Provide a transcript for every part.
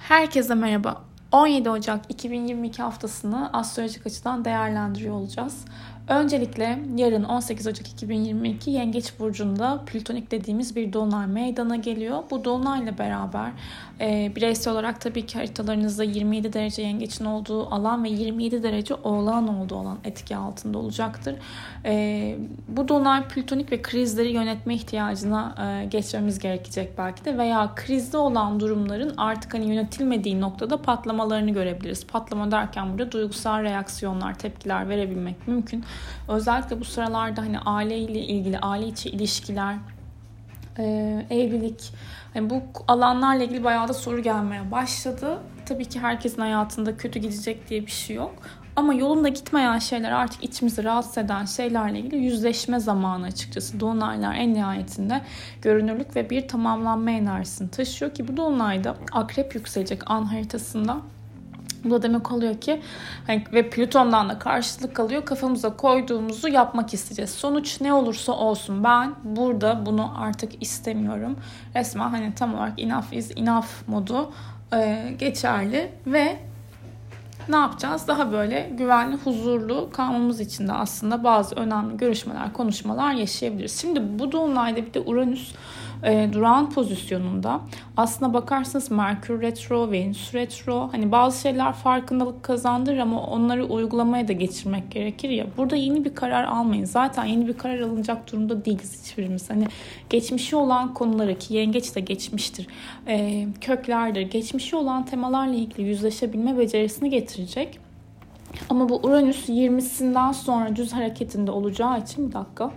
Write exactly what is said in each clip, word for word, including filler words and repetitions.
Herkese merhaba. on yedi Ocak iki bin yirmi iki haftasını astrolojik açıdan değerlendiriyor olacağız. Öncelikle yarın on sekiz Ocak iki bin yirmi iki Yengeç Burcu'nda Plütonik dediğimiz bir dolunay meydana geliyor. Bu dolunayla beraber e, bireysel olarak tabii ki haritalarınızda yirmi yedi derece Yengeç'in olduğu alan ve yirmi yedi derece Oğlak'ın olduğu alan etki altında olacaktır. E, bu dolunay Plütonik ve krizleri yönetme ihtiyacına e, geçmemiz gerekecek belki de veya krizde olan durumların artık hani yönetilmediği noktada patlamalarını görebiliriz. Patlama derken burada duygusal reaksiyonlar, tepkiler verebilmek mümkün. Özellikle bu sıralarda hani aileyle ilgili, aile içi ilişkiler, e, evlilik, yani bu alanlarla ilgili bayağı da soru gelmeye başladı. Tabii ki herkesin hayatında kötü gidecek diye bir şey yok. Ama yolunda gitmeyen şeyler, artık içimizi rahatsız eden şeylerle ilgili yüzleşme zamanı açıkçası. Dolunaylar en nihayetinde görünürlük ve bir tamamlanma enerjisini taşıyor ki bu dolunayda akrep yükselecek an haritasında. Bu da demek oluyor ki hani, ve Plüton'dan da karşılık alıyor. Kafamıza koyduğumuzu yapmak isteyeceğiz. Sonuç ne olursa olsun ben burada bunu artık istemiyorum. Resmen hani tam olarak enough is enough modu e, geçerli ve ne yapacağız? Daha böyle güvenli, huzurlu kalmamız için de aslında bazı önemli görüşmeler, konuşmalar yaşayabiliriz. Şimdi bu dolunayda bir de Uranüs e, durağan pozisyonunda. Aslına bakarsanız Merkür retro, Venüs retro. Hani bazı şeyler farkındalık kazandırır ama onları uygulamaya da geçirmek gerekir ya. Burada yeni bir karar almayın. Zaten yeni bir karar alınacak durumda değiliz hiçbirimiz. Hani geçmişi olan konuları, ki yengeç de geçmiştir, e, köklerdir. Geçmişi olan temalarla ilgili yüzleşebilme becerisini getirecek. Ama bu Uranüs yirmisinden sonra düz hareketinde olacağı için bir dakika.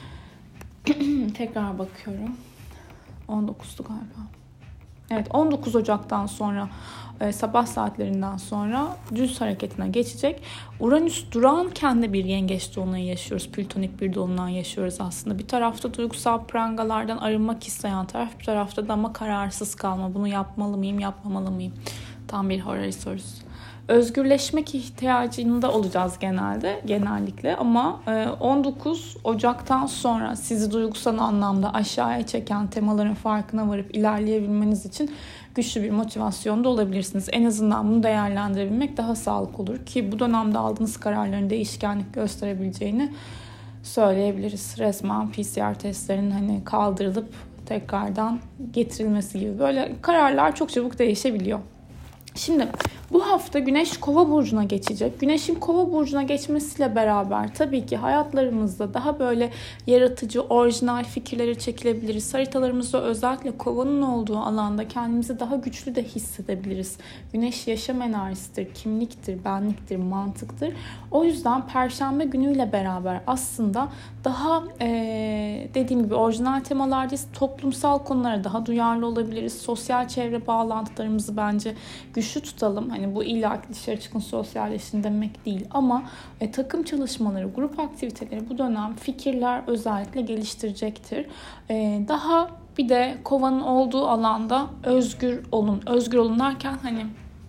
Tekrar bakıyorum. on dokuzdu galiba. Evet, on dokuz Ocak'tan sonra e, sabah saatlerinden sonra düz hareketine geçecek. Uranüs durağanken de bir yengeç dolunayı yaşıyoruz. Plütonik bir dolunay yaşıyoruz aslında. Bir tarafta duygusal prangalardan arınmak isteyen taraf, bir tarafta da ama kararsız kalma. Bunu yapmalı mıyım, yapmamalı mıyım? Tam bir horror sorusu. Özgürleşmek ihtiyacında olacağız genelde, genellikle ama on dokuz Ocak'tan sonra sizi duygusal anlamda aşağıya çeken temaların farkına varıp ilerleyebilmeniz için güçlü bir motivasyonda olabilirsiniz. En azından bunu değerlendirebilmek daha sağlıklı olur ki bu dönemde aldığınız kararların değişkenlik gösterebileceğini söyleyebiliriz. Resmen P C R testlerinin hani kaldırılıp tekrardan getirilmesi gibi böyle kararlar çok çabuk değişebiliyor. Şimdi bu hafta Güneş Kova burcuna geçecek. Güneşin Kova burcuna geçmesiyle beraber tabii ki hayatlarımızda daha böyle yaratıcı, orijinal fikirlere çekilebiliriz. Haritalarımızda özellikle Kova'nın olduğu alanda kendimizi daha güçlü de hissedebiliriz. Güneş yaşam enerjisidir, kimliktir, benliktir, mantıktır. O yüzden Perşembe günüyle beraber aslında daha ee, dediğim gibi orijinal temalardayız. Toplumsal konulara daha duyarlı olabiliriz. Sosyal çevre bağlantılarımızı bence güçlü tutalım. Hani bu illa dışarı çıkın sosyalleşin demek değil ama e, takım çalışmaları, grup aktiviteleri bu dönem fikirler özellikle geliştirecektir. E, daha bir de Kova'nın olduğu alanda özgür olun. Özgür olun derken hani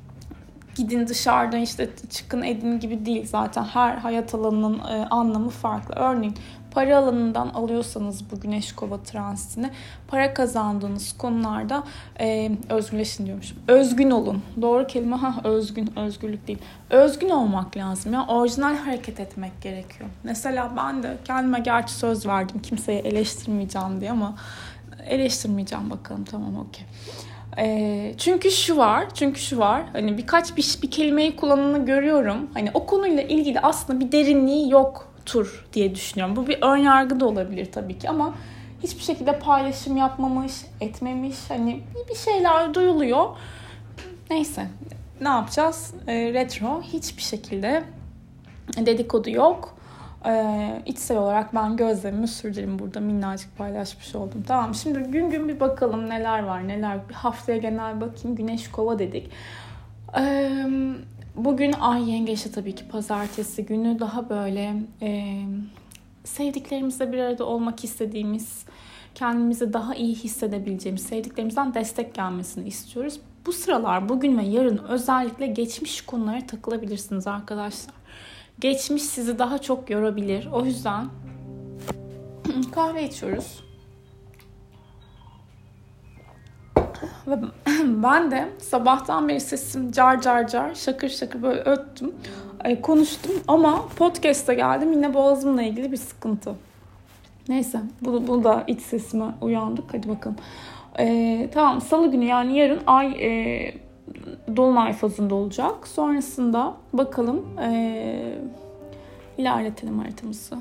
gidin dışarıdan işte çıkın edin gibi değil. Zaten her hayat alanının e, anlamı farklı. Örneğin para alanından alıyorsanız bu Güneş Kova transitini, para kazandığınız konularda e, özgürleşin diyormuşum. Özgün olun. Doğru kelime ha özgün, özgürlük değil. Özgün olmak lazım ya. Orijinal hareket etmek gerekiyor. Mesela ben de kendime gerçi söz verdim kimseye eleştirmeyeceğim diye ama eleştirmeyeceğim bakalım, tamam okey. E, çünkü şu var, çünkü şu var. Hani birkaç bir, bir kelimeyi kullananı görüyorum. Hani o konuyla ilgili aslında bir derinliği yok tur diye düşünüyorum. Bu bir ön yargı da olabilir tabii ki ama hiçbir şekilde paylaşım yapmamış, etmemiş. Hani bir şeyler duyuluyor. Neyse, ne yapacağız? E, retro hiçbir şekilde dedikodu yok. E, içsel olarak ben gözlemimi sürdüreyim, burada minnacık paylaşmış oldum. Tamam, şimdi gün gün bir bakalım neler var neler. Bir haftaya genel bakayım. Güneş Kova dedik. Eee Bugün Ay Yengeç'te tabii ki pazartesi günü daha böyle e, sevdiklerimizle bir arada olmak istediğimiz, kendimizi daha iyi hissedebileceğimiz, sevdiklerimizden destek gelmesini istiyoruz. Bu sıralar bugün ve yarın özellikle geçmiş konulara takılabilirsiniz arkadaşlar. Geçmiş sizi daha çok yorabilir. O yüzden kahve içiyoruz. Ve ben de sabahtan beri sesim car car car, şakır şakır böyle öttüm, konuştum ama podcast'a geldim yine boğazımla ilgili bir sıkıntı. Neyse bu, bu da iç sesime uyandık. Hadi bakalım. Ee, tamam, salı günü yani yarın ay e, dolunay fazında olacak. Sonrasında bakalım e, ilerletelim haritamızı.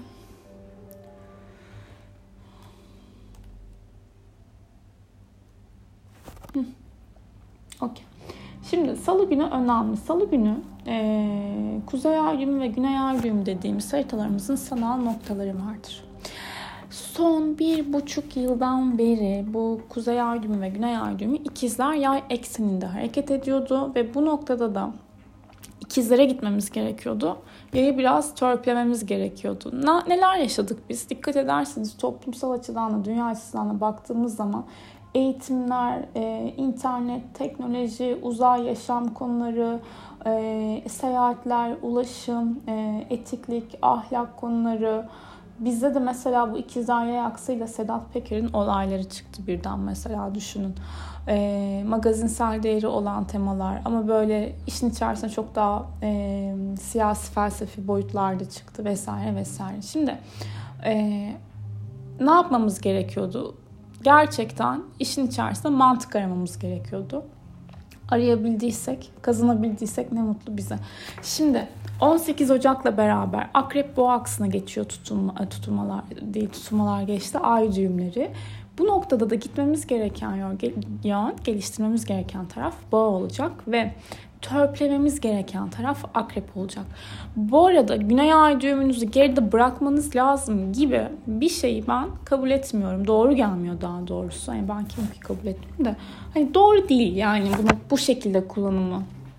Okay. Şimdi salı günü önemli. Salı günü e, kuzey ay düğümü ve güney ay düğümü dediğimiz haritalarımızın sanal noktaları vardır. Son bir buçuk yıldan beri bu kuzey ay düğümü ve güney ay düğümü ikizler yay ekseninde hareket ediyordu ve bu noktada da ikizlere gitmemiz gerekiyordu. Yayı biraz törpülememiz gerekiyordu. Na, neler yaşadık biz? Dikkat ederseniz toplumsal açıdan da dünya açısından da baktığımız zaman eğitimler, e, internet, teknoloji, uzay yaşam konuları, e, seyahatler, ulaşım, e, etiklik, ahlak konuları. Bizde de mesela bu ikizler yay aksıyla Sedat Peker'in olayları çıktı birden mesela düşünün. E, magazinsel değeri olan temalar ama böyle işin içerisinde çok daha e, siyasi felsefi boyutlarda çıktı vesaire vesaire. Şimdi e, ne yapmamız gerekiyordu? Gerçekten işin içerisinde mantık aramamız gerekiyordu. Arayabildiysek, kazanabildiysek ne mutlu bize. Şimdi on sekiz Ocak'la beraber Akrep Boğa aksına geçiyor tutulma, tutulmalar değil tutulmalar geçti ay düğümleri. Bu noktada da gitmemiz gereken yön, geliştirmemiz gereken taraf Boğa olacak ve törpülememiz gereken taraf Akrep olacak. Bu arada güney ay düğümünüzü geride bırakmanız lazım gibi bir şeyi ben kabul etmiyorum. Doğru gelmiyor daha doğrusu. Yani ben kimim ki kabul etmiyorum da. Hani doğru değil yani bunu bu şekilde kullanımı.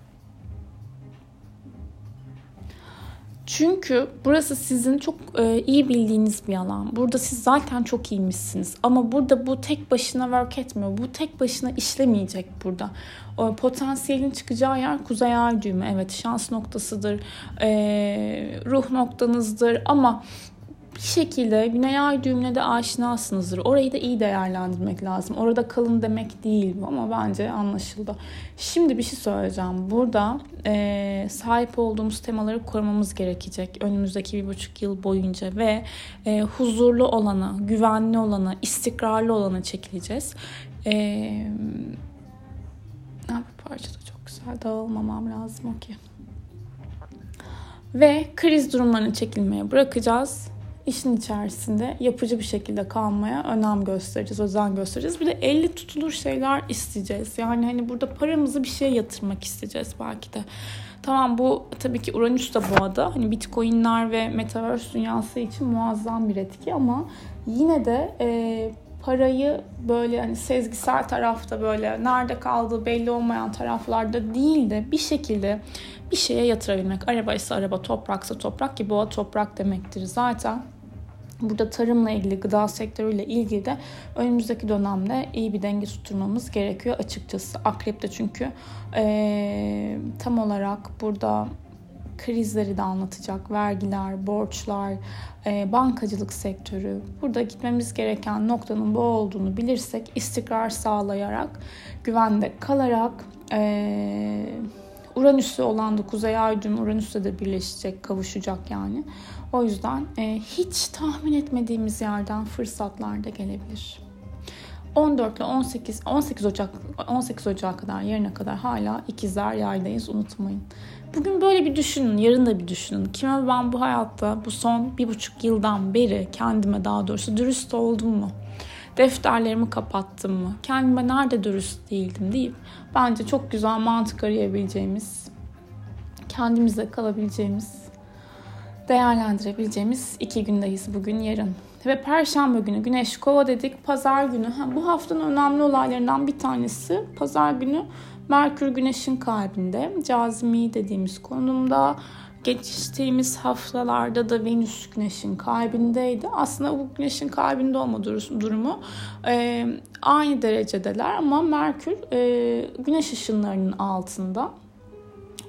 Çünkü burası sizin çok e, iyi bildiğiniz bir alan. Burada siz zaten çok iyiymişsiniz. Ama burada bu tek başına work etmiyor. Bu tek başına işlemeyecek burada. O potansiyelin çıkacağı yer kuzey ay düğümü. Evet, şans noktasıdır, e, ruh noktanızdır ama bir şekilde güney ay düğümüne de aşinasınızdır. Orayı da iyi değerlendirmek lazım. Orada kalın demek değil bu ama bence anlaşıldı. Şimdi bir şey söyleyeceğim. Burada e, sahip olduğumuz temaları korumamız gerekecek. Önümüzdeki bir buçuk yıl boyunca ve e, huzurlu olana, güvenli olana, istikrarlı olana çekileceğiz. E, bu parça da çok güzel. Dağılmamam lazım. Okay. Ve kriz durumlarını çekilmeye bırakacağız. İşin içerisinde yapıcı bir şekilde kalmaya önem göstereceğiz, özen göstereceğiz. Bir de elle tutulur şeyler isteyeceğiz. Yani hani burada paramızı bir şeye yatırmak isteyeceğiz belki de. Tamam, bu tabii ki Uranüs de Boğa'da. Hani Bitcoin'ler ve Metaverse dünyası için muazzam bir etki ama yine de e, parayı böyle hani sezgisel tarafta böyle nerede kaldığı belli olmayan taraflarda değil de bir şekilde bir şeye yatırabilmek. Arabaysa araba, topraksa toprak ki Boğa toprak demektir zaten. Burada tarımla ilgili, gıda sektörüyle ilgili de önümüzdeki dönemde iyi bir denge tutturmamız gerekiyor açıkçası. Akrep'te çünkü e, tam olarak burada krizleri de anlatacak. Vergiler, borçlar, e, bankacılık sektörü. Burada gitmemiz gereken noktanın bu olduğunu bilirsek, istikrar sağlayarak, güvende kalarak, e, Uranüs'ü olan da Kuzey Ay düğümü Uranüs'le de birleşecek, kavuşacak yani. O yüzden e, hiç tahmin etmediğimiz yerden fırsatlar da gelebilir. on dört ile on sekiz on sekiz Ocak on sekiz Ocak'a kadar, yarına kadar hala ikizler yaydayız, unutmayın. Bugün böyle bir düşünün, yarın da bir düşünün. Kime ben bu hayatta bu son bir buçuk yıldan beri kendime daha doğrusu dürüst oldum mu? Defterlerimi kapattım mı? Kendime nerede dürüst değildim deyip bence çok güzel mantık arayabileceğimiz, kendimizle kalabileceğimiz, değerlendirebileceğimiz iki gündeyiz bugün, yarın. Ve Perşembe günü Güneş Kova dedik. Pazar günü, ha, bu haftanın önemli olaylarından bir tanesi. Pazar günü Merkür Güneş'in kalbinde, cazimi dediğimiz konumda. Geçtiğimiz haftalarda da Venüs Güneş'in kalbindeydi. Aslında bu Güneş'in kalbinde olma durumu e, aynı derecedeler ama Merkür e, Güneş ışınlarının altında.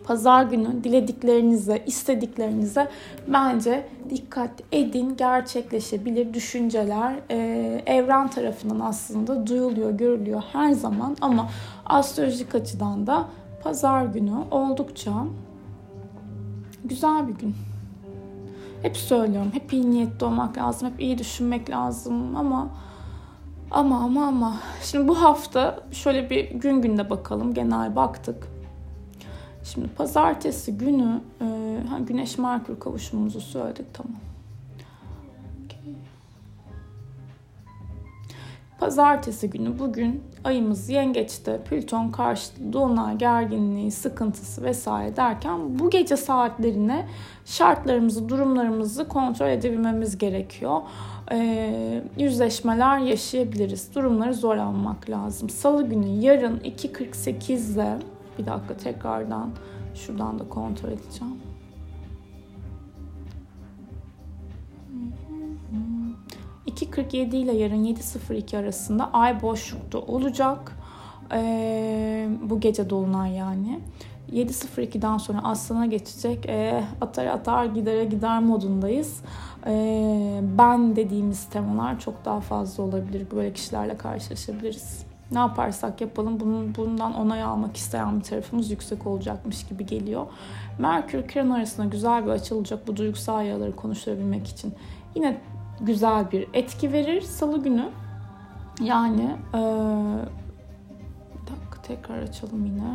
Pazar günü dilediklerinize, istediklerinize bence dikkat edin. Gerçekleşebilir düşünceler e, evren tarafından aslında duyuluyor, görülüyor her zaman. Ama astrolojik açıdan da pazar günü oldukça güzel bir gün. Hep söylüyorum, hep iyi niyetli olmak lazım, hep iyi düşünmek lazım ama ama ama ama. Şimdi bu hafta şöyle bir gün günde bakalım, genel baktık. Şimdi pazartesi günü e, Güneş Merkür kavuşumumuzu söyledik, tamam. Okay. Pazartesi günü bugün ayımız yengeçte, Plüton karşıtı, dolunay gerginliği, sıkıntısı vesaire derken bu gece saatlerine şartlarımızı, durumlarımızı kontrol edebilmemiz gerekiyor. Ee, yüzleşmeler yaşayabiliriz. Durumları zor almak lazım. Salı günü yarın iki kırk sekizde bir dakika tekrardan şuradan da kontrol edeceğim. iki kırk yedi ile yarın yedi sıfır iki arasında ay boşlukta olacak. Ee, bu gece dolunay yani. yedi sıfır ikiden sonra Aslan'a geçecek. Ee, atar atar gidere gider modundayız. Ee, ben dediğimiz temalar çok daha fazla olabilir. Böyle kişilerle karşılaşabiliriz. Ne yaparsak yapalım bunun, bundan onay almak isteyen bir tarafımız yüksek olacakmış gibi geliyor. Merkür Kiron arasında güzel bir açı olacak bu duygusal yaraları konuşabilmek için. Yine güzel bir etki verir Salı günü. Yani ee, bir dakika tekrar açalım yine.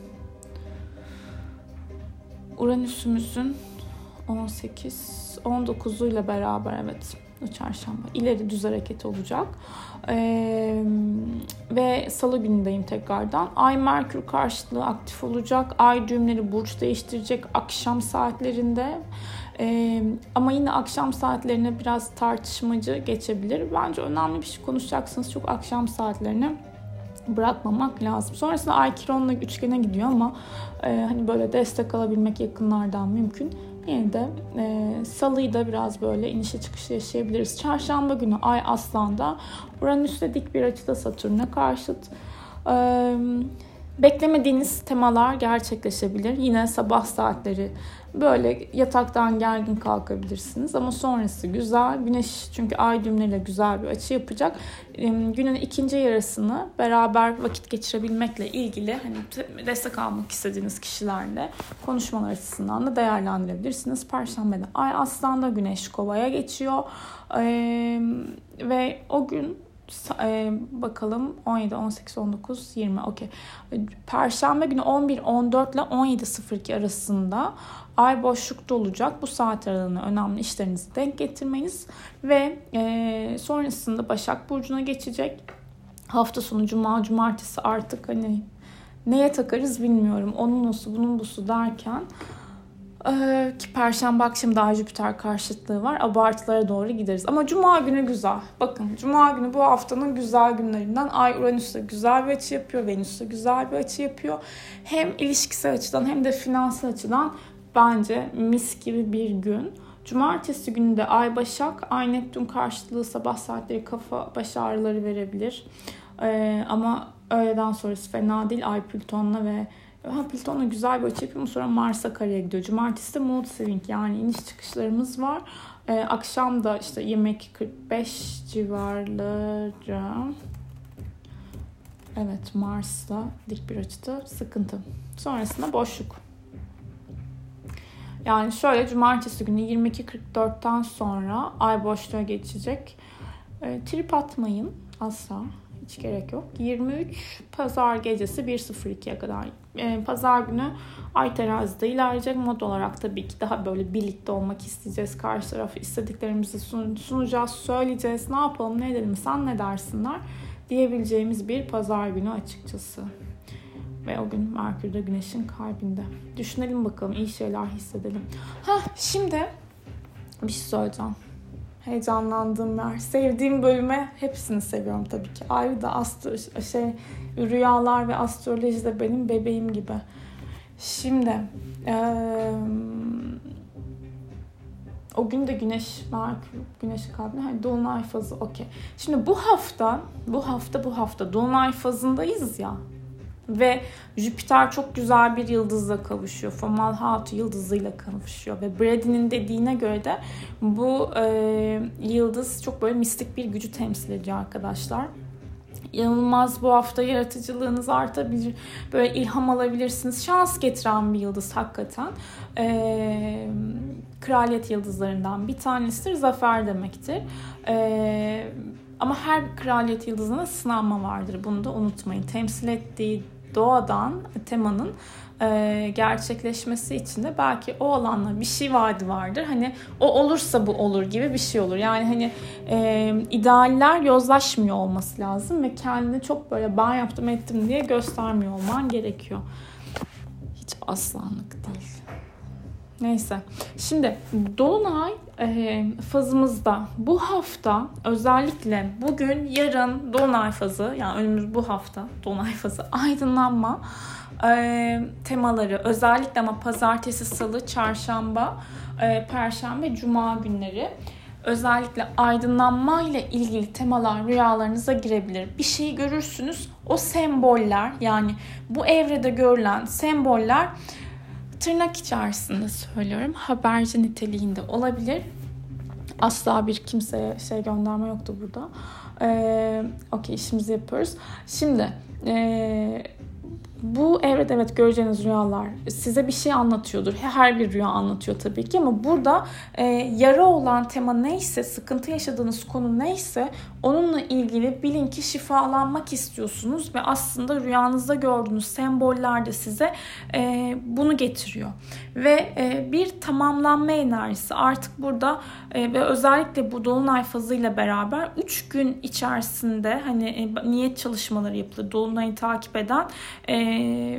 Uranüs'ümüzün on sekiz on dokuzuyla beraber evet çarşamba ileri düz hareket olacak. Ee, ve Salı günündeyim tekrardan. Ay Merkür karşıtlığı aktif olacak. Ay düğümleri burç değiştirecek akşam saatlerinde. Ee, ama yine akşam saatlerine biraz tartışmacı geçebilir. Bence önemli bir şey konuşacaksınız. Çok akşam saatlerine bırakmamak lazım. Sonrasında Ay Kiron'la üçgene gidiyor ama e, hani böyle destek alabilmek yakınlardan mümkün. Yine de e, Salı'yı da biraz böyle inişe çıkışı yaşayabiliriz. Çarşamba günü Ay Aslan'da, Uranüs'te dik bir açıda Satürn'e karşıt. E, beklemediğiniz temalar gerçekleşebilir. Yine sabah saatleri böyle yataktan gergin kalkabilirsiniz ama sonrası güzel. Güneş çünkü ay düğümleriyle güzel bir açı yapacak. Günün ikinci yarısını beraber vakit geçirebilmekle ilgili hani destek almak istediğiniz kişilerle konuşmalar açısından da değerlendirebilirsiniz. Perşembede Ay Aslan'da, Güneş Kova'ya geçiyor. Ee, ve o gün Ee, bakalım on yedi, on sekiz, on dokuz, yirmi okey. Perşembe günü on bir on dört ile on yedi sıfır iki arasında ay boşlukta olacak. Bu saat aralığına önemli işlerinizi denk getirmeniz ve e, sonrasında Başak Burcu'na geçecek. Hafta sonu Cuma, Cumartesi artık hani neye takarız bilmiyorum. Onun osu, bunun busu derken Ee, ki Perşembe akşamı daha Jüpiter karşıtlığı var. Abartılara doğru gideriz. Ama Cuma günü güzel. Bakın Cuma günü bu haftanın güzel günlerinden. Ay Uranüs'te güzel bir açı yapıyor. Venüs'te güzel bir açı yapıyor. Hem ilişkisel açıdan hem de finansal açıdan bence mis gibi bir gün. Cumartesi günü de Ay Başak, Ay Neptün karşıtlığı sabah saatleri kafa baş ağrıları verebilir. Ee, ama öğleden sonrası fena değil. Ay Plüton'la ve Ha, Plüton'la güzel bir açı yapıyor. Sonra Mars'a kareye gidiyor. Cumartesi de mood swing yani iniş çıkışlarımız var. Ee, akşam da işte yirmi iki kırk beş civarları. Evet Mars'la dik bir açıda sıkıntı. Sonrasında boşluk. Yani şöyle cumartesi günü yirmi iki kırk dörtten sonra ay boşluğa geçecek. Ee, trip atmayın asla. Hiç gerek yok. yirmi üç pazar gecesi bir sıfır ikiye kadar. Ee, pazar günü ay terazide ilerleyecek. Mod olarak tabii ki daha böyle birlikte olmak isteyeceğiz. Karşı tarafı istediklerimizi sun- sunacağız, söyleyeceğiz. Ne yapalım, ne edelim, sen ne dersinler diyebileceğimiz bir pazar günü açıkçası. Ve o gün Merkür de Güneş'in kalbinde. Düşünelim bakalım, iyi şeyler hissedelim. Hah, şimdi bir şey söyleyeceğim. Heyecanlandığım yer. Sevdiğim bölüme hepsini seviyorum tabii ki. Ayrı da astro şey rüyalar ve astroloji de benim bebeğim gibi. Şimdi ee, o gün de Güneş, Merkür, Güneş'in kalbine hani Dolunay fazı okey. Şimdi bu hafta, bu hafta, bu hafta Dolunay fazındayız ya. Ve Jüpiter çok güzel bir yıldızla kavuşuyor. Fomalhaut yıldızıyla kavuşuyor. Ve Brady'nin dediğine göre de bu e, yıldız çok böyle mistik bir gücü temsil ediyor arkadaşlar. İnanılmaz, bu hafta yaratıcılığınız artabilir. Böyle ilham alabilirsiniz. Şans getiren bir yıldız hakikaten. Ee, kraliyet yıldızlarından bir tanesidir. Zafer demektir. Ee, ama her kraliyet yıldızına sınanma vardır. Bunu da unutmayın. Temsil ettiği doğadan temanın e, gerçekleşmesi için de belki o alanla bir şey vaadi vardır. Hani o olursa bu olur gibi bir şey olur. Yani hani e, idealler yozlaşmıyor olması lazım ve kendini çok böyle ben yaptım ettim diye göstermiyor olman gerekiyor. Hiç aslanlık değil. Neyse. Şimdi Dolunay e, fazımızda bu hafta, özellikle bugün, yarın Dolunay fazı, yani önümüz bu hafta Dolunay fazı, aydınlanma e, temaları, özellikle ama pazartesi, salı, çarşamba, e, perşembe, cuma günleri özellikle aydınlanma ile ilgili temalar rüyalarınıza girebilir. Bir şeyi görürsünüz, o semboller, yani bu evrede görülen semboller, tırnak içerisinde söylüyorum, haberci niteliğinde olabilir. Asla bir kimseye şey gönderme yoktu burada. Ee, Okey, işimizi yapıyoruz. Şimdi ee, bu evrede evet göreceğiniz rüyalar size bir şey anlatıyordur. Her bir rüya anlatıyor tabii ki, ama burada e, yara olan tema neyse, sıkıntı yaşadığınız konu neyse onunla ilgili bilin ki şifalanmak istiyorsunuz ve aslında rüyanızda gördüğünüz semboller de size e, bunu getiriyor. Ve e, bir tamamlanma enerjisi artık burada e, ve özellikle bu dolunay fazıyla beraber üç gün içerisinde hani e, niyet çalışmaları yapılır. Dolunayı takip eden e,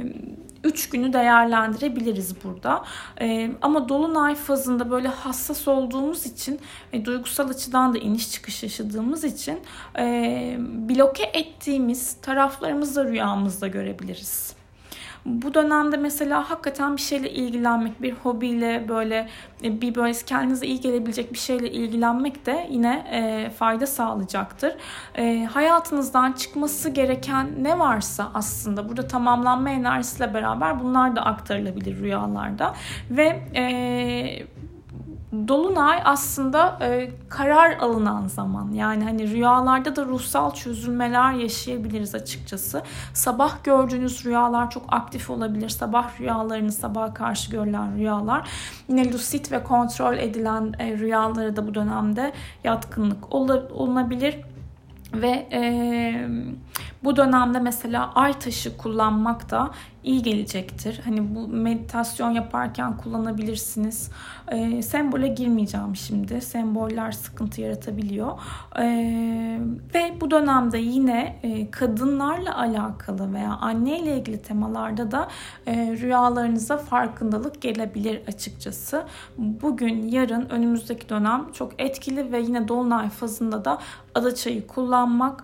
üç günü değerlendirebiliriz burada. Ee, ama dolunay fazında böyle hassas olduğumuz için, e, duygusal açıdan da iniş çıkış yaşadığımız için e, bloke ettiğimiz taraflarımızı da rüyamızda görebiliriz. Bu dönemde mesela hakikaten bir şeyle ilgilenmek, bir hobiyle böyle bir böyle kendinize iyi gelebilecek bir şeyle ilgilenmek de yine e, fayda sağlayacaktır. E, hayatınızdan çıkması gereken ne varsa aslında burada tamamlanma enerjisiyle beraber bunlar da aktarılabilir rüyalarda ve e, Dolunay aslında e, karar alınan zaman. Yani hani rüyalarda da ruhsal çözülmeler yaşayabiliriz açıkçası. Sabah gördüğünüz rüyalar çok aktif olabilir. Sabah rüyalarını, sabaha karşı görülen rüyalar. Yine lucid ve kontrol edilen e, rüyalara da bu dönemde yatkınlık olunabilir. Ve e, bu dönemde mesela ay taşı kullanmak da iyi gelecektir. Hani bu meditasyon yaparken kullanabilirsiniz. E, sembole girmeyeceğim şimdi. Semboller sıkıntı yaratabiliyor. E, ve bu dönemde yine e, kadınlarla alakalı veya anneyle ilgili temalarda da e, rüyalarınıza farkındalık gelebilir açıkçası. Bugün, yarın, önümüzdeki dönem çok etkili ve yine dolunay fazında da adaçayı kullanmak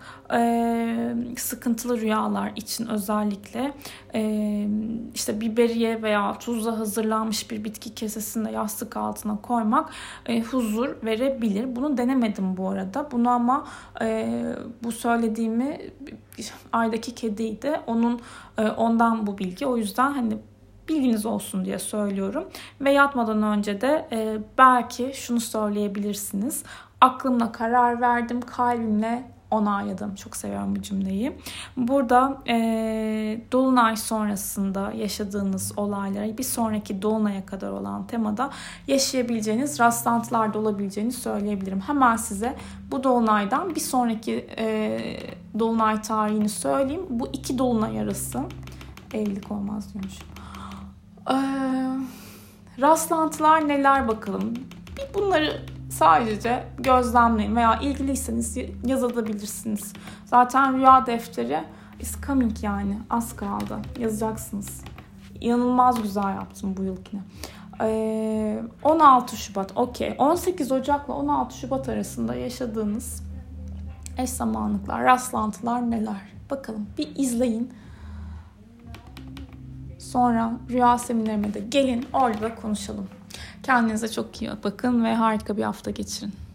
e, sıkıntılı rüyalar için özellikle e, işte biberiye veya tuzla hazırlanmış bir bitki kesesinde yastık altına koymak e, huzur verebilir. Bunu denemedim bu arada. Bunu ama e, bu söylediğimi aydaki kediydi. Onun e, ondan bu bilgi. O yüzden hani bilginiz olsun diye söylüyorum. Ve yatmadan önce de e, belki şunu söyleyebilirsiniz. Aklımla karar verdim, kalbimle onayladım. Çok seviyorum bu cümleyi. Burada e, dolunay sonrasında yaşadığınız olaylara, bir sonraki dolunaya kadar olan temada yaşayabileceğiniz rastlantılarda olabileceğini söyleyebilirim. Hemen size bu dolunaydan bir sonraki e, dolunay tarihini söyleyeyim. Bu iki dolunay arası evlilik olmaz diyormuş. E, rastlantılar neler bakalım. Bir bunları sadece gözlemleyin veya ilgiliyseniz yazabilirsiniz. Zaten rüya defteri is coming, yani az kaldı. Yazacaksınız. İnanılmaz güzel yaptım bu yılkine. Ee, on altı Şubat, okey. on sekiz Ocak'la on altı Şubat arasında yaşadığınız eş zamanlıklar, rastlantılar neler? Bakalım bir izleyin. Sonra rüya seminerime de gelin, orada da konuşalım. Kendinize çok iyi bakın ve harika bir hafta geçirin.